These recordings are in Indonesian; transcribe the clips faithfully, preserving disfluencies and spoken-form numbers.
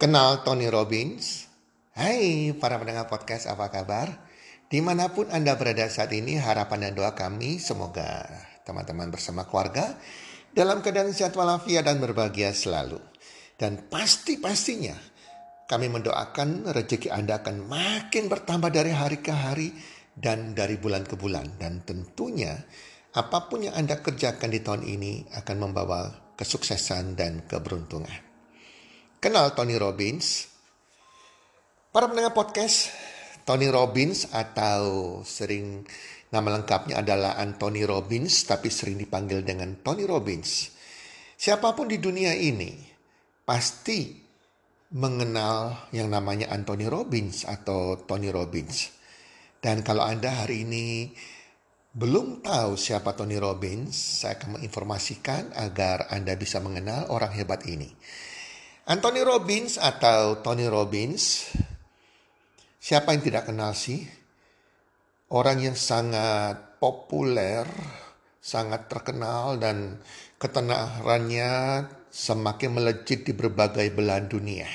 Kenal Tony Robbins? Hai para pendengar podcast, apa kabar? Dimanapun Anda berada saat ini, harapan dan doa kami semoga teman-teman bersama keluarga dalam keadaan sehat walafiat dan berbahagia selalu. Dan pasti-pastinya kami mendoakan rezeki Anda akan makin bertambah dari hari ke hari dan dari bulan ke bulan. Dan tentunya apapun yang Anda kerjakan di tahun ini akan membawa kesuksesan dan keberuntungan. Kenal Tony Robbins? Para pendengar podcast, Tony Robbins atau sering nama lengkapnya adalah Anthony Robbins, tapi sering dipanggil dengan Tony Robbins. Siapapun di dunia ini pasti mengenal yang namanya Anthony Robbins atau Tony Robbins. Dan kalau Anda hari ini belum tahu siapa Tony Robbins, saya akan menginformasikan agar Anda bisa mengenal orang hebat ini. Anthony Robbins atau Tony Robbins, siapa yang tidak kenal sih? Orang yang sangat populer, sangat terkenal dan ketenarannya semakin melejit di berbagai belahan dunia.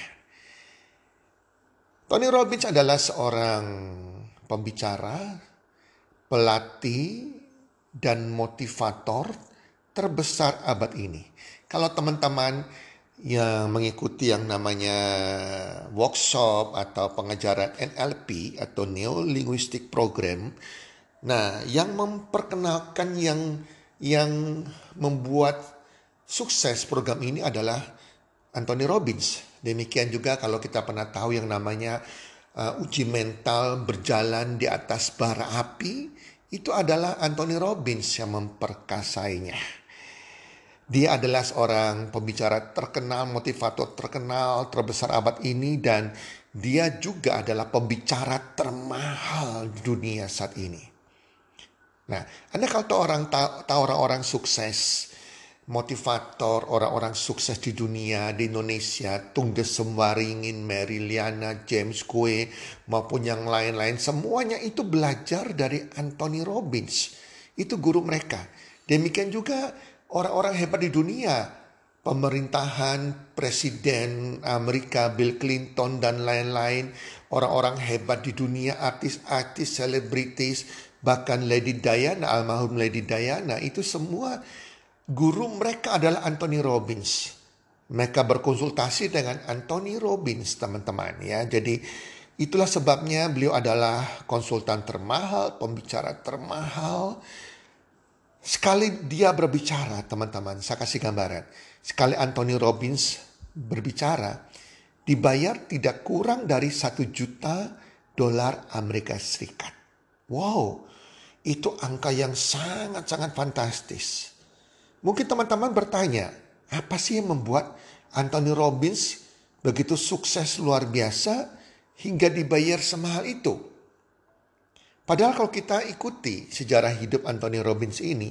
Tony Robbins adalah seorang pembicara, pelatih, dan motivator terbesar abad ini. Kalau teman-teman yang mengikuti yang namanya workshop atau pengajaran N L P atau Neo Linguistic Program, nah yang memperkenalkan yang yang membuat sukses program ini adalah Anthony Robbins. Demikian juga kalau kita pernah tahu yang namanya uh, uji mental berjalan di atas bara api, itu adalah Anthony Robbins yang memperkasainya. Dia adalah seorang pembicara terkenal, motivator terkenal, terbesar abad ini, dan dia juga adalah pembicara termahal di dunia saat ini. Nah, Anda kalau tahu orang tahu, tahu orang-orang sukses, motivator, orang-orang sukses di dunia, di Indonesia, Tung Desem Waringin, Mary Liana, James Kue, maupun yang lain-lain, semuanya itu belajar dari Anthony Robbins. Itu guru mereka. Demikian juga orang-orang hebat di dunia, pemerintahan, presiden Amerika, Bill Clinton dan lain-lain, orang-orang hebat di dunia, artis-artis, selebritis, bahkan Lady Diana, almarhum Lady Diana, itu semua guru mereka adalah Anthony Robbins. Mereka berkonsultasi dengan Anthony Robbins, teman-teman ya. Jadi itulah sebabnya beliau adalah konsultan termahal, pembicara termahal. Sekali dia berbicara, teman-teman, saya kasih gambaran. Sekali Anthony Robbins berbicara, dibayar tidak kurang dari satu juta dolar Amerika Serikat. Wow, itu angka yang sangat-sangat fantastis. Mungkin teman-teman bertanya, apa sih yang membuat Anthony Robbins begitu sukses luar biasa hingga dibayar semahal itu? Padahal kalau kita ikuti sejarah hidup Anthony Robbins ini,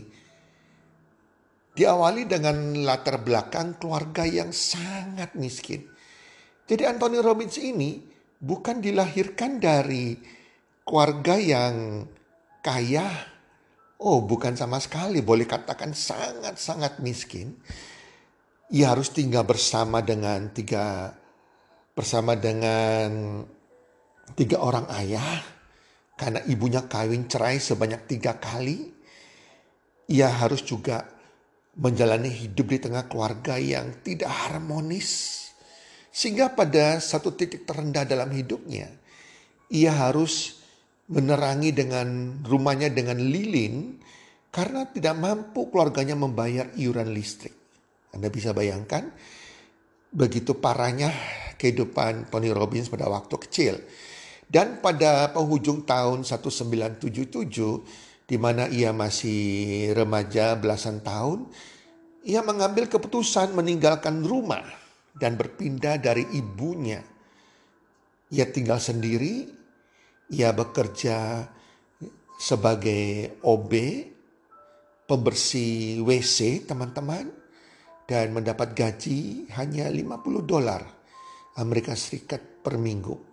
diawali dengan latar belakang keluarga yang sangat miskin. Jadi Anthony Robbins ini bukan dilahirkan dari keluarga yang kaya. Oh, bukan sama sekali, boleh katakan sangat-sangat miskin. Ia harus tinggal bersama dengan tiga bersama dengan tiga orang ayah. Karena ibunya kawin cerai sebanyak tiga kali, ia harus juga menjalani hidup di tengah keluarga yang tidak harmonis. Sehingga pada satu titik terendah dalam hidupnya, ia harus menerangi dengan rumahnya dengan lilin karena tidak mampu keluarganya membayar iuran listrik. Anda bisa bayangkan begitu parahnya kehidupan Tony Robbins pada waktu kecil. Dan pada penghujung tahun seribu sembilan ratus tujuh puluh tujuh, di mana ia masih remaja belasan tahun, ia mengambil keputusan meninggalkan rumah dan berpindah dari ibunya. Ia tinggal sendiri, ia bekerja sebagai O B, pembersih W C teman-teman, dan mendapat gaji hanya lima puluh dolar Amerika Serikat per minggu.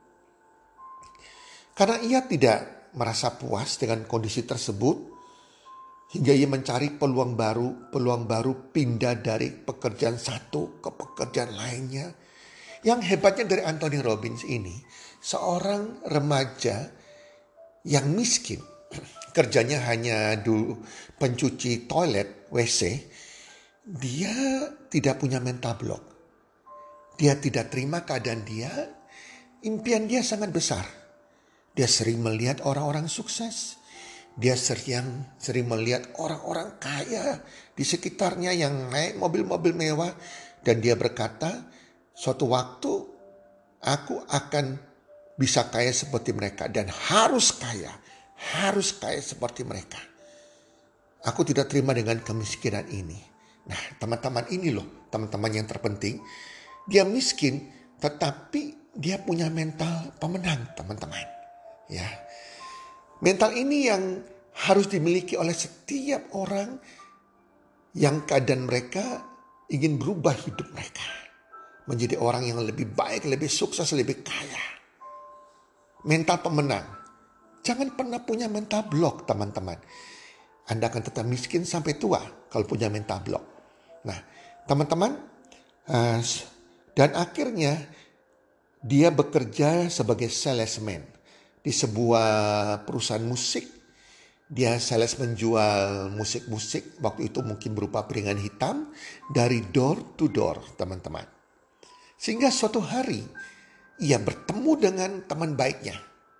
Karena ia tidak merasa puas dengan kondisi tersebut, hingga ia mencari peluang baru, peluang baru pindah dari pekerjaan satu ke pekerjaan lainnya. Yang hebatnya dari Anthony Robbins ini, seorang remaja yang miskin, kerjanya hanya du, pencuci toilet, W C, dia tidak punya mental block. Dia tidak terima keadaan dia, impian dia sangat besar. Dia sering melihat orang-orang sukses. Dia sering, sering melihat orang-orang kaya di sekitarnya yang naik mobil-mobil mewah. Dan dia berkata, suatu waktu aku akan bisa kaya seperti mereka. Dan harus kaya, harus kaya seperti mereka. Aku tidak terima dengan kemiskinan ini. Nah, teman-teman ini loh, teman-teman yang terpenting. Dia miskin, tetapi dia punya mental pemenang, teman-teman. Ya, mental ini yang harus dimiliki oleh setiap orang yang keadaan mereka ingin berubah hidup mereka. Menjadi orang yang lebih baik, lebih sukses, lebih kaya. Mental pemenang. Jangan pernah punya mental block, teman-teman. Anda akan tetap miskin sampai tua kalau punya mental block. Nah, teman-teman, uh, dan akhirnya dia bekerja sebagai salesman di sebuah perusahaan musik. Dia sales menjual musik-musik, waktu itu mungkin berupa piringan hitam, dari door to door, teman-teman. Sehingga suatu hari ia bertemu dengan teman baiknya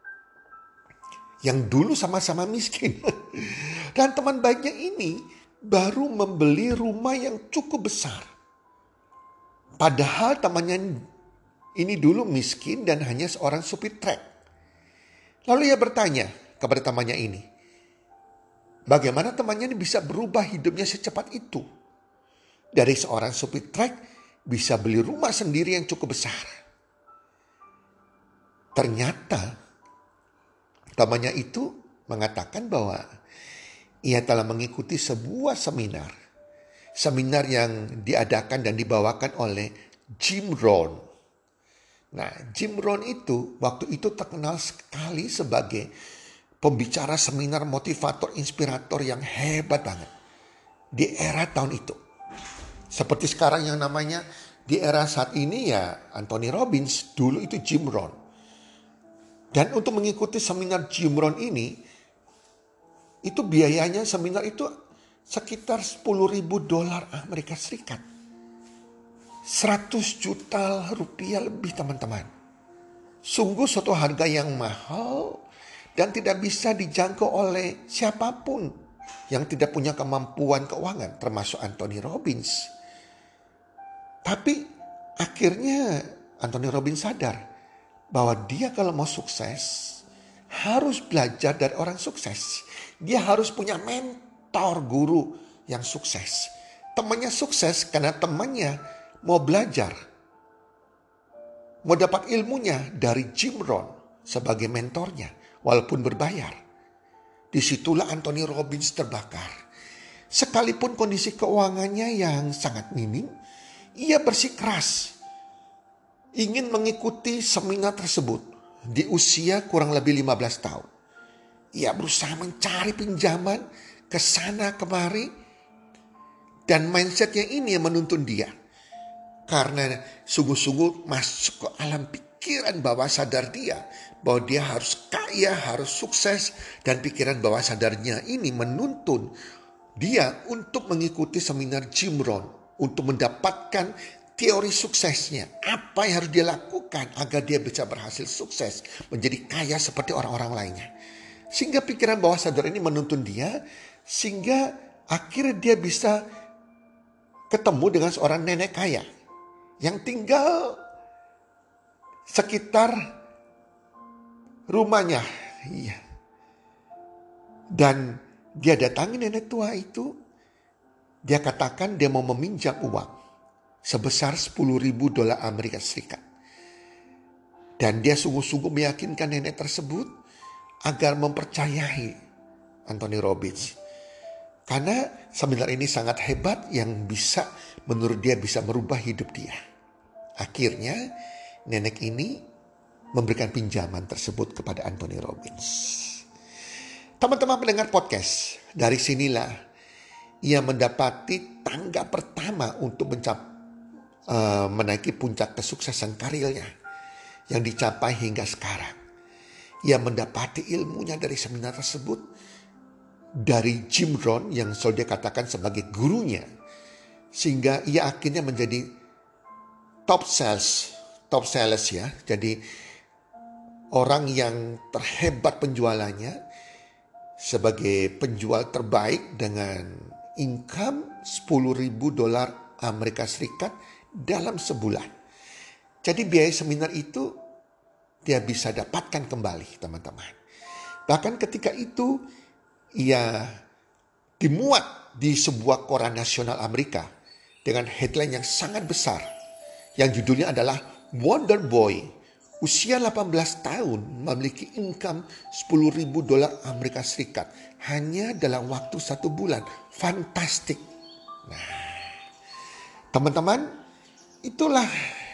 yang dulu sama-sama miskin. Dan teman baiknya ini baru membeli rumah yang cukup besar. Padahal temannya ini dulu miskin dan hanya seorang supir trek. Lalu ia bertanya kepada temannya ini, bagaimana temannya ini bisa berubah hidupnya secepat itu? Dari seorang supir trek bisa beli rumah sendiri yang cukup besar. Ternyata temannya itu mengatakan bahwa ia telah mengikuti sebuah seminar. Seminar yang diadakan dan dibawakan oleh Jim Rohn. Nah, Jim Rohn itu waktu itu terkenal sekali sebagai pembicara seminar motivator, inspirator yang hebat banget. Di era tahun itu. Seperti sekarang yang namanya di era saat ini ya Anthony Robbins, dulu itu Jim Rohn. Dan untuk mengikuti seminar Jim Rohn ini, itu biayanya seminar itu sekitar sepuluh ribu dolar Amerika Serikat. seratus juta rupiah lebih, teman-teman. Sungguh suatu harga yang mahal dan tidak bisa dijangkau oleh siapapun yang tidak punya kemampuan keuangan, termasuk Anthony Robbins. Tapi akhirnya Anthony Robbins sadar bahwa dia kalau mau sukses harus belajar dari orang sukses. Dia harus punya mentor, guru yang sukses. Temannya sukses karena temannya mau belajar, mau dapat ilmunya dari Jim Rohn sebagai mentornya, walaupun berbayar. Disitulah Anthony Robbins terbakar. Sekalipun kondisi keuangannya yang sangat minim, ia bersikeras ingin mengikuti seminar tersebut di usia kurang lebih lima belas tahun. Ia berusaha mencari pinjaman ke sana kemari, dan mindsetnya ini yang menuntun dia. Karena sungguh-sungguh masuk ke alam pikiran bawah sadar dia bahwa dia harus kaya, harus sukses, dan pikiran bawah sadarnya ini menuntun dia untuk mengikuti seminar Jim Rohn untuk mendapatkan teori suksesnya. Apa yang harus dia lakukan agar dia bisa berhasil sukses, menjadi kaya seperti orang-orang lainnya. Sehingga pikiran bawah sadar ini menuntun dia, sehingga akhirnya dia bisa ketemu dengan seorang nenek kaya yang tinggal sekitar rumahnya. Iya. Dan dia datangi nenek tua itu. Dia katakan dia mau meminjam uang sebesar sepuluh ribu dolar Amerika Serikat. Dan dia sungguh-sungguh meyakinkan nenek tersebut agar mempercayai Anthony Robbins. Karena seminar ini sangat hebat yang bisa, menurut dia bisa merubah hidup dia. Akhirnya nenek ini memberikan pinjaman tersebut kepada Anthony Robbins. Teman-teman pendengar podcast, dari sinilah ia mendapati tangga pertama untuk mencapai uh, menaiki puncak kesuksesan karirnya yang dicapai hingga sekarang. Ia mendapati ilmunya dari seminar tersebut dari Jim Rohn yang selalu dia katakan sebagai gurunya. Sehingga ia akhirnya menjadi top sales, top sales ya. Jadi orang yang terhebat penjualannya sebagai penjual terbaik dengan income sepuluh ribu dolar Amerika Serikat dalam sebulan. Jadi biaya seminar itu dia bisa dapatkan kembali, teman-teman. Bahkan ketika itu ia dimuat di sebuah koran nasional Amerika dengan headline yang sangat besar yang judulnya adalah Wonder Boy, usia delapan belas tahun memiliki income sepuluh ribu dolar Amerika Serikat hanya dalam waktu satu bulan. Fantastik. Nah, teman-teman, itulah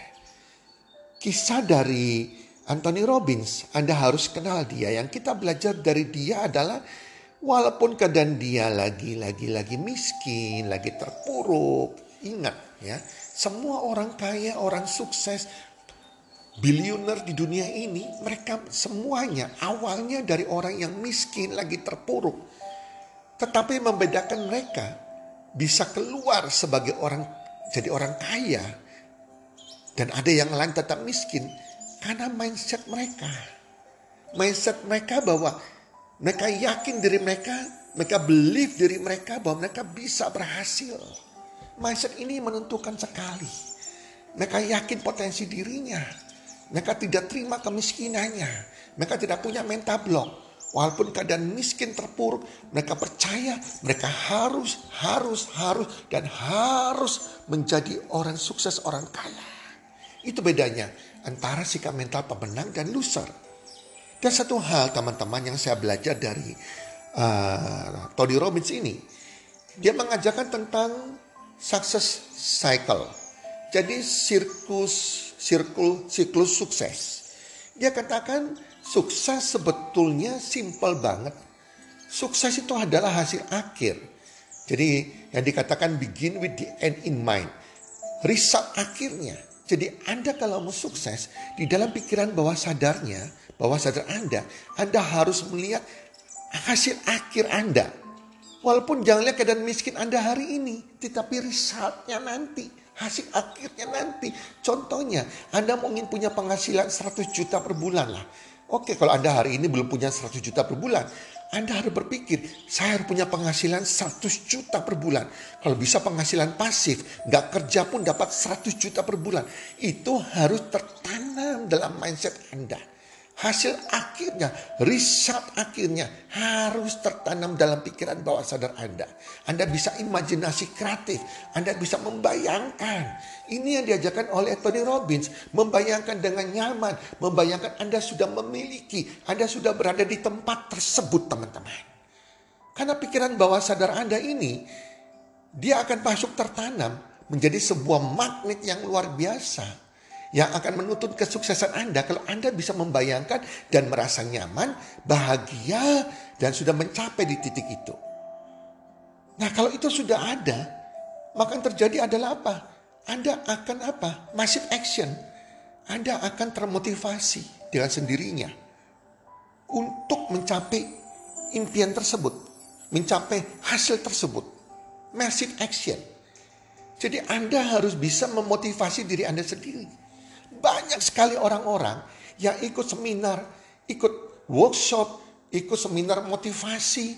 kisah dari Anthony Robbins. Anda harus kenal dia. Yang kita belajar dari dia adalah walaupun keadaan dia lagi-lagi lagi miskin, lagi terpuruk. Ingat ya, semua orang kaya, orang sukses, bilioner di dunia ini, mereka semuanya awalnya dari orang yang miskin, lagi terpuruk. Tetapi membedakan mereka bisa keluar sebagai orang, jadi orang kaya. Dan ada yang lain tetap miskin. Karena mindset mereka. Mindset mereka bahwa mereka yakin diri mereka, mereka believe diri mereka bahwa mereka bisa berhasil. Mindset ini menentukan sekali. Mereka yakin potensi dirinya. Mereka tidak terima kemiskinannya. Mereka tidak punya mental block. Walaupun keadaan miskin terpuruk, mereka percaya mereka harus, harus, harus, dan harus menjadi orang sukses, orang kaya. Itu bedanya antara sikap mental pemenang dan loser. Dan satu hal teman-teman yang saya belajar dari uh, Tony Robbins ini. Dia mengajarkan tentang success cycle. Jadi sirkus, sirkul, siklus sukses. Dia katakan sukses sebetulnya simple banget. Sukses itu adalah hasil akhir. Jadi yang dikatakan begin with the end in mind. Result akhirnya. Jadi Anda kalau mau sukses, di dalam pikiran bawah sadarnya, bawah sadar Anda, Anda harus melihat hasil akhir Anda. Walaupun jangan lihat keadaan miskin Anda hari ini, tetapi resultnya nanti, hasil akhirnya nanti. Contohnya, Anda mungkin punya penghasilan seratus juta per bulan lah. Oke, kalau Anda hari ini belum punya seratus juta per bulan, Anda harus berpikir, saya harus punya penghasilan seratus juta per bulan. Kalau bisa penghasilan pasif, gak kerja pun dapat seratus juta per bulan. Itu harus tertanam dalam mindset Anda. Hasil akhirnya, result akhirnya harus tertanam dalam pikiran bawah sadar Anda. Anda bisa imajinasi kreatif, Anda bisa membayangkan. Ini yang diajarkan oleh Tony Robbins. Membayangkan dengan nyaman, membayangkan Anda sudah memiliki, Anda sudah berada di tempat tersebut, teman-teman. Karena pikiran bawah sadar Anda ini, dia akan masuk tertanam menjadi sebuah magnet yang luar biasa. Yang akan menuntut kesuksesan Anda kalau Anda bisa membayangkan dan merasa nyaman, bahagia, dan sudah mencapai di titik itu. Nah kalau itu sudah ada, maka yang terjadi adalah apa? Anda akan apa? Massive action. Anda akan termotivasi dengan sendirinya untuk mencapai impian tersebut, mencapai hasil tersebut. Massive action. Jadi Anda harus bisa memotivasi diri Anda sendiri. Banyak sekali orang-orang yang ikut seminar, ikut workshop, ikut seminar motivasi.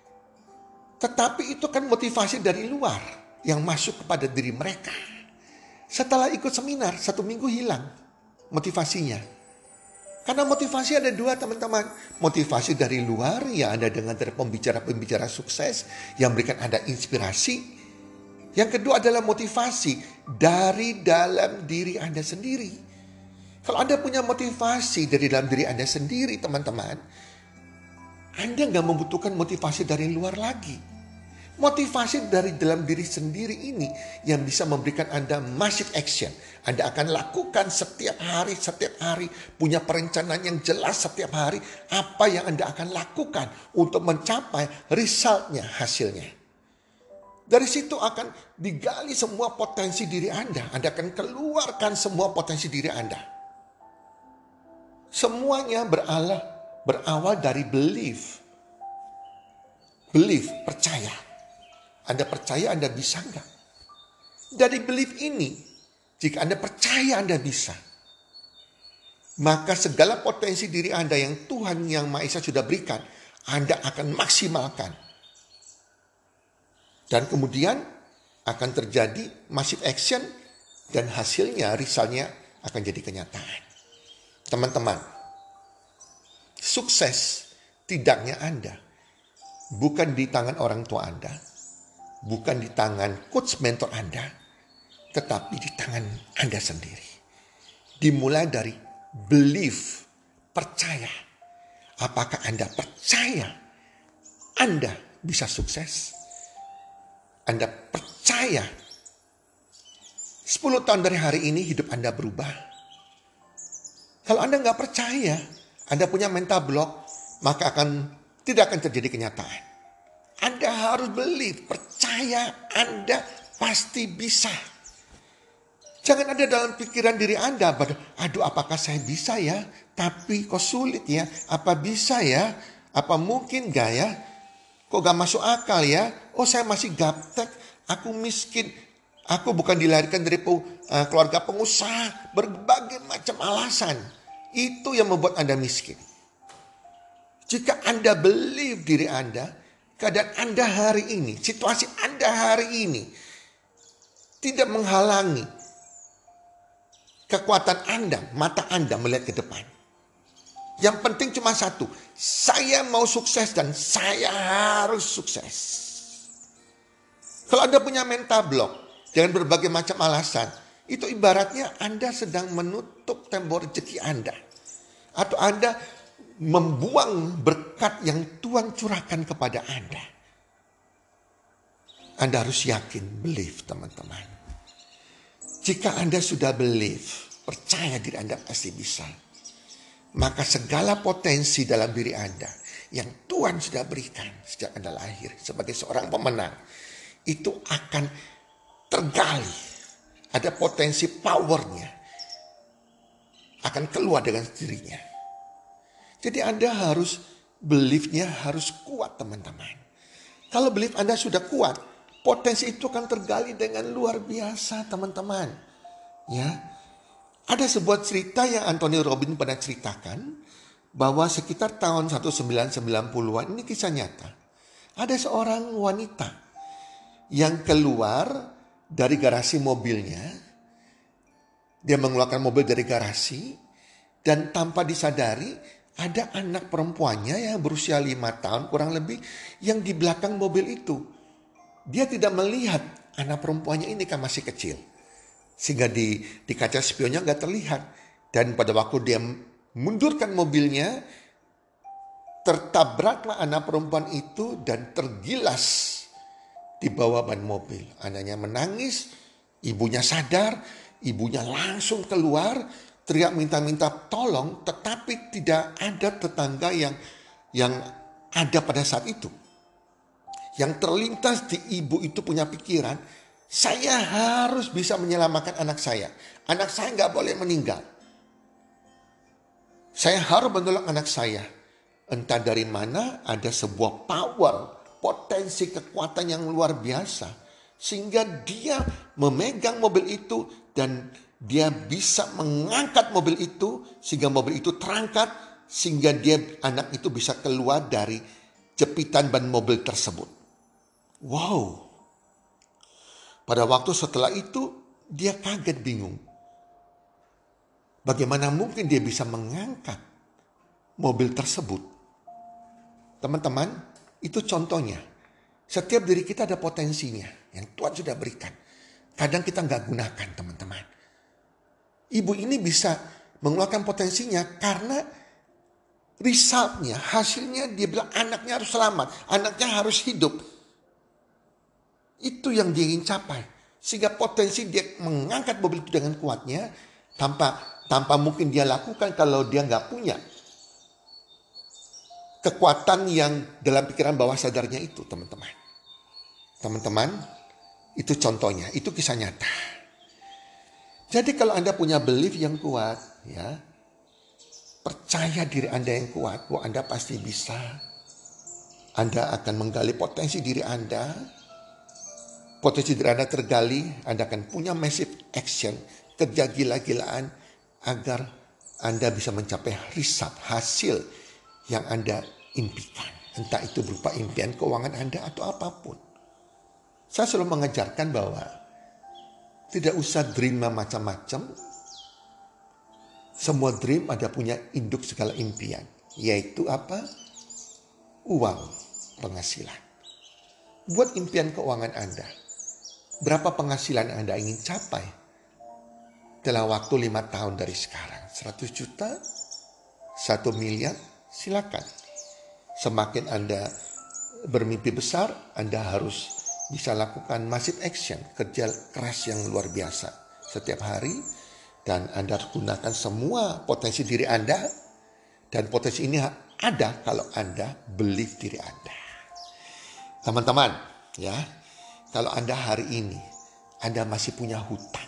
Tetapi itu kan motivasi dari luar yang masuk kepada diri mereka. Setelah ikut seminar, satu minggu hilang motivasinya. Karena motivasi ada dua, teman-teman. Motivasi dari luar yang Anda dengar dari pembicara-pembicara sukses yang memberikan Anda inspirasi. Yang kedua adalah motivasi dari dalam diri Anda sendiri. Kalau Anda punya motivasi dari dalam diri Anda sendiri, teman-teman, Anda nggak membutuhkan motivasi dari luar lagi. Motivasi dari dalam diri sendiri ini yang bisa memberikan Anda massive action. Anda akan lakukan setiap hari, setiap hari. Punya perencanaan yang jelas setiap hari. Apa yang Anda akan lakukan untuk mencapai resultnya, hasilnya. Dari situ akan digali semua potensi diri Anda. Anda akan keluarkan semua potensi diri Anda. Semuanya berawal, berawal dari belief. Belief, percaya. Anda percaya Anda bisa enggak? Dari belief ini, jika Anda percaya Anda bisa, maka segala potensi diri Anda yang Tuhan Yang Maha Esa sudah berikan, Anda akan maksimalkan. Dan kemudian akan terjadi massive action dan hasilnya, risalnya akan jadi kenyataan. Teman-teman, sukses tidaknya Anda bukan di tangan orang tua Anda, bukan di tangan coach mentor Anda, tetapi di tangan Anda sendiri. Dimulai dari belief, percaya. Apakah Anda percaya Anda bisa sukses? Anda percaya sepuluh tahun dari hari ini hidup Anda berubah? Kalau Anda nggak percaya, Anda punya mental block, maka akan tidak akan terjadi kenyataan. Anda harus believe, percaya Anda pasti bisa. Jangan ada dalam pikiran diri Anda, aduh apakah saya bisa ya? Tapi kok sulit ya? Apa bisa ya? Apa mungkin gak ya? Kok gak masuk akal ya? Oh saya masih gaptek, aku miskin, aku bukan dilahirkan dari uh, keluarga pengusaha. Berbagai macam alasan. Itu yang membuat Anda miskin. Jika Anda believe diri Anda, keadaan Anda hari ini, situasi Anda hari ini, tidak menghalangi kekuatan Anda, mata Anda melihat ke depan. Yang penting cuma satu, saya mau sukses dan saya harus sukses. Kalau Anda punya mental block dengan berbagai macam alasan, itu ibaratnya Anda sedang menutup tembok rezeki Anda. Atau Anda membuang berkat yang Tuhan curahkan kepada Anda. Anda harus yakin, believe teman-teman. Jika Anda sudah believe, percaya diri Anda pasti bisa, maka segala potensi dalam diri Anda yang Tuhan sudah berikan sejak Anda lahir sebagai seorang pemenang, itu akan tergali. Ada potensi powernya, akan keluar dengan sendirinya. Jadi Anda harus, belief-nya harus kuat teman-teman. Kalau belief Anda sudah kuat, potensi itu akan tergali dengan luar biasa teman-teman. Ya, ada sebuah cerita yang Anthony Robbins pernah ceritakan, bahwa sekitar tahun seribu sembilan ratus sembilan puluhan, ini kisah nyata. Ada seorang wanita yang keluar dari garasi mobilnya. Dia mengeluarkan mobil dari garasi, dan tanpa disadari ada anak perempuannya yang berusia lima tahun kurang lebih yang di belakang mobil itu. Dia tidak melihat anak perempuannya ini kan masih kecil. Sehingga di, di kaca spionnya gak terlihat. Dan pada waktu dia mundurkan mobilnya, tertabraklah anak perempuan itu dan tergilas di bawah ban mobil. Anaknya menangis, ibunya sadar, ibunya langsung keluar, teriak minta-minta tolong, tetapi tidak ada tetangga yang yang ada pada saat itu. Yang terlintas di ibu itu punya pikiran, saya harus bisa menyelamatkan anak saya. Anak saya nggak boleh meninggal. Saya harus menolong anak saya. Entah dari mana ada sebuah power, potensi kekuatan yang luar biasa. Sehingga dia memegang mobil itu dan dia bisa mengangkat mobil itu sehingga mobil itu terangkat. Sehingga dia, anak itu bisa keluar dari jepitan ban mobil tersebut. Wow. Pada waktu setelah itu dia kaget bingung. Bagaimana mungkin dia bisa mengangkat mobil tersebut? Teman-teman, itu contohnya. Setiap diri kita ada potensinya yang Tuhan sudah berikan. Kadang kita nggak gunakan teman-teman. Ibu ini bisa mengeluarkan potensinya karena resultnya, hasilnya dia bilang anaknya harus selamat. Anaknya harus hidup. Itu yang dia ingin capai. Sehingga potensi dia mengangkat mobil itu dengan kuatnya. Tanpa, tanpa mungkin dia lakukan kalau dia nggak punya kekuatan yang dalam pikiran bawah sadarnya itu teman-teman. Teman-teman, itu contohnya, itu kisah nyata. Jadi kalau Anda punya belief yang kuat, ya, percaya diri Anda yang kuat, bahwa Anda pasti bisa. Anda akan menggali potensi diri Anda. Potensi diri Anda tergali, Anda akan punya massive action, kerja gila-gilaan, agar Anda bisa mencapai result, hasil yang Anda impikan. Entah itu berupa impian keuangan Anda atau apapun. Saya selalu mengajarkan bahwa tidak usah dream macam-macam. Semua dream ada punya induk segala impian. Yaitu apa? Uang, penghasilan. Buat impian keuangan Anda. Berapa penghasilan Anda ingin capai dalam waktu lima tahun dari sekarang? seratus juta? satu miliar? Silakan. Semakin Anda bermimpi besar, Anda harus bisa lakukan massive action, kerja keras yang luar biasa setiap hari. Dan Anda harus gunakan semua potensi diri Anda. Dan potensi ini ada kalau Anda believe diri Anda. Teman-teman, ya, kalau Anda hari ini, Anda masih punya hutang.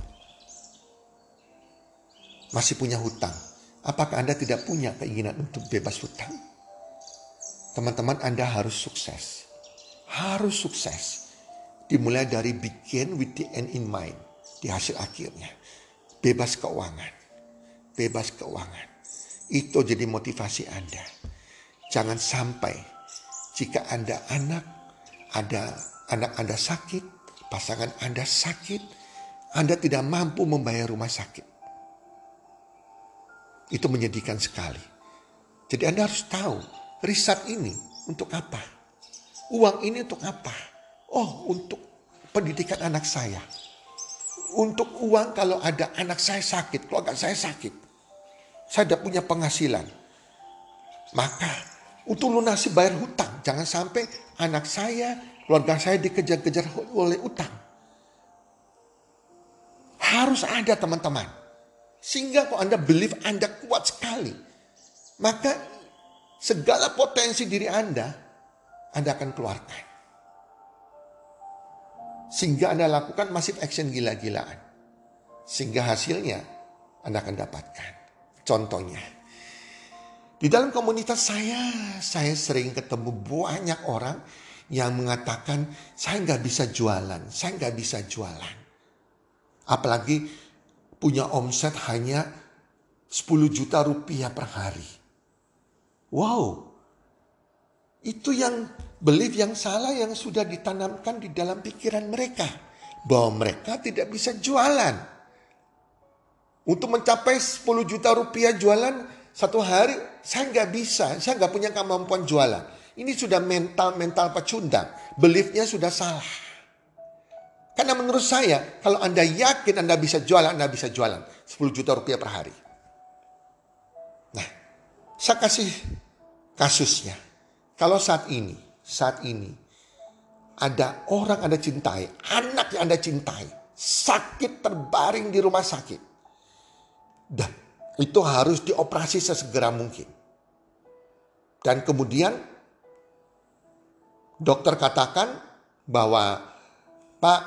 Masih punya hutang. Apakah Anda tidak punya keinginan untuk bebas hutang? Teman-teman, Anda harus sukses. Harus sukses. Dimulai dari begin with the end in mind. Di hasil akhirnya. Bebas keuangan. Bebas keuangan. Itu jadi motivasi Anda. Jangan sampai jika Anda anak, ada anak Anda sakit, pasangan Anda sakit, Anda tidak mampu membayar rumah sakit. Itu menyedihkan sekali. Jadi Anda harus tahu, riset ini untuk apa? Uang ini untuk apa? Oh, untuk pendidikan anak saya. Untuk uang kalau ada anak saya sakit, keluarga saya sakit. Saya tidak punya penghasilan. Maka untuk lunasi bayar hutang. Jangan sampai anak saya, keluarga saya dikejar-kejar oleh utang. Harus ada teman-teman. Sehingga kalau Anda believe Anda kuat sekali. Maka segala potensi diri Anda, Anda akan keluarkan. Sehingga Anda lakukan massive action gila-gilaan. Sehingga hasilnya Anda akan dapatkan. Contohnya, di dalam komunitas saya, saya sering ketemu banyak orang yang mengatakan, saya nggak bisa jualan, saya nggak bisa jualan. Apalagi punya omset hanya sepuluh juta rupiah per hari. Wow, itu yang belief yang salah yang sudah ditanamkan di dalam pikiran mereka. Bahwa mereka tidak bisa jualan. Untuk mencapai sepuluh juta rupiah jualan satu hari, saya nggak bisa. Saya nggak punya kemampuan jualan. Ini sudah mental-mental pecundang. Beliefnya sudah salah. Karena menurut saya, kalau Anda yakin Anda bisa jualan, Anda bisa jualan sepuluh juta rupiah per hari. Nah, saya kasih kasusnya. Kalau saat ini, saat ini, ada orang Anda cintai, anak yang Anda cintai, sakit terbaring di rumah sakit. Dan itu harus dioperasi sesegera mungkin. Dan kemudian dokter katakan bahwa, Pak,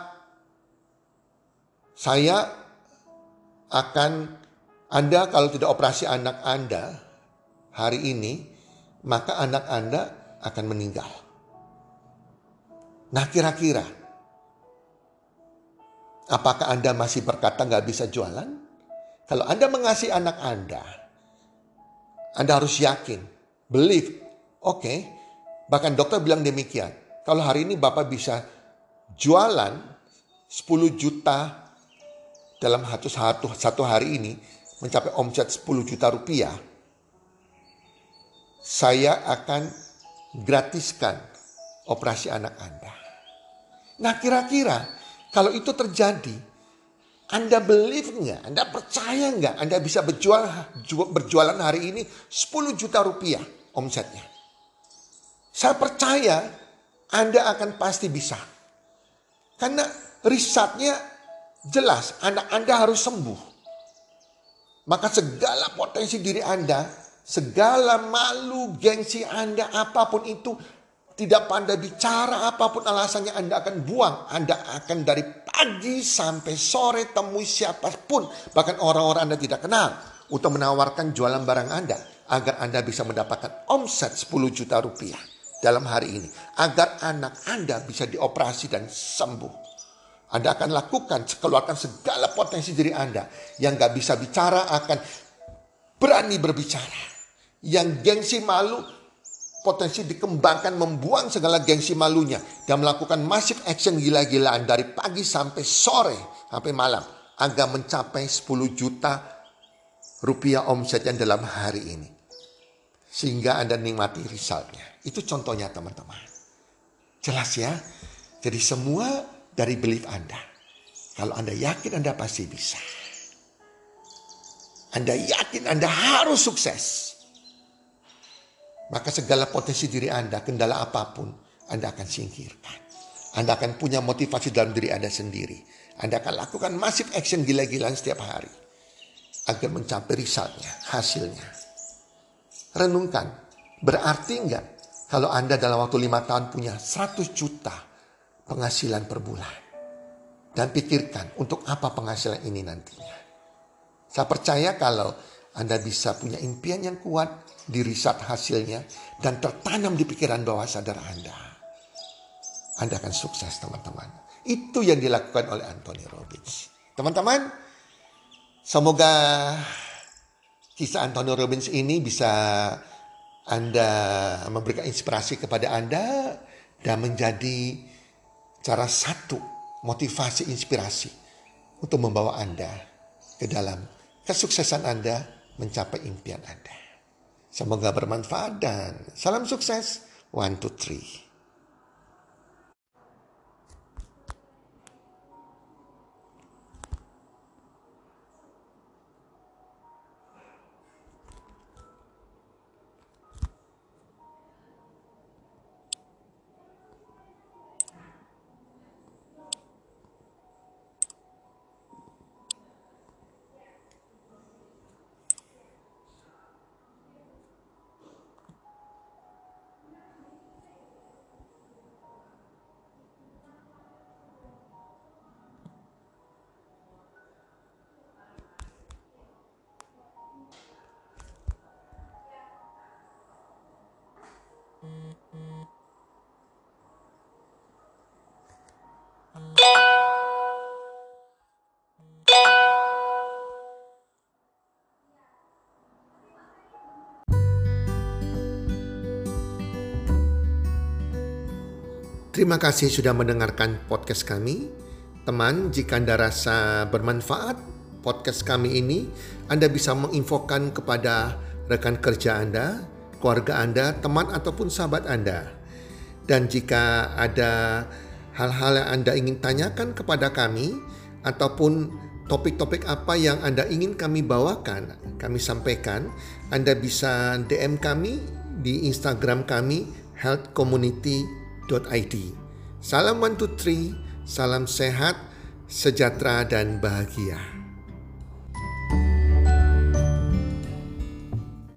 saya akan, Anda kalau tidak operasi anak Anda hari ini, maka anak Anda akan meninggal. Nah, kira-kira apakah Anda masih berkata nggak bisa jualan? Kalau Anda mengasihi anak Anda, Anda harus yakin, believe, oke. Okay. Bahkan dokter bilang demikian. Kalau hari ini Bapak bisa jualan sepuluh juta dalam satu, satu, satu hari ini, mencapai omset sepuluh juta rupiah, saya akan gratiskan operasi anak Anda. Nah, kira-kira kalau itu terjadi, Anda believe nggak? Anda percaya nggak? Anda bisa berjual, berjualan hari ini sepuluh juta rupiah omsetnya. Saya percaya Anda akan pasti bisa. Karena risetnya jelas, anak Anda harus sembuh. Maka segala potensi diri Anda, segala malu, gengsi Anda, apapun itu, tidak pandai bicara, apapun alasannya Anda akan buang. Anda akan dari pagi sampai sore temui siapapun, bahkan orang-orang Anda tidak kenal, untuk menawarkan jualan barang Anda, agar Anda bisa mendapatkan omset sepuluh juta rupiah dalam hari ini. Agar anak Anda bisa dioperasi dan sembuh. Anda akan lakukan, keluarkan segala potensi diri Anda. Yang gak bisa bicara akan berani berbicara. Yang gengsi malu, potensi dikembangkan, membuang segala gengsi malunya. Dan melakukan massive action gila-gilaan dari pagi sampai sore, sampai malam. Agar mencapai sepuluh juta rupiah omsetnya dalam hari ini. Sehingga Anda nikmati resultnya. Itu contohnya teman-teman. Jelas ya? Jadi semua dari belief Anda. Kalau Anda yakin Anda pasti bisa. Anda yakin Anda harus sukses. Maka segala potensi diri Anda, kendala apapun, Anda akan singkirkan. Anda akan punya motivasi dalam diri Anda sendiri. Anda akan lakukan massive action gila-gilaan setiap hari. Agar mencapai resultnya, hasilnya. Renungkan, berarti enggak kalau Anda dalam waktu lima tahun punya seratus juta penghasilan per bulan. Dan pikirkan untuk apa penghasilan ini nantinya. Saya percaya kalau Anda bisa punya impian yang kuat, diriset hasilnya, dan tertanam di pikiran bawah sadar Anda. Anda akan sukses teman-teman. Itu yang dilakukan oleh Anthony Robbins. Teman-teman, semoga kisah Anthony Robbins ini bisa Anda memberikan inspirasi kepada Anda dan menjadi cara satu motivasi inspirasi untuk membawa Anda ke dalam kesuksesan Anda mencapai impian Anda. Semoga bermanfaat dan salam sukses. One, two, three. Terima kasih sudah mendengarkan podcast kami. Teman, jika Anda rasa bermanfaat podcast kami ini, Anda bisa menginfokan kepada rekan kerja Anda, keluarga Anda, teman ataupun sahabat Anda. Dan jika ada hal-hal yang Anda ingin tanyakan kepada kami, ataupun topik-topik apa yang Anda ingin kami bawakan, kami sampaikan, Anda bisa D M kami di Instagram kami health community dot i d. Salam one two three, salam sehat, sejahtera dan bahagia.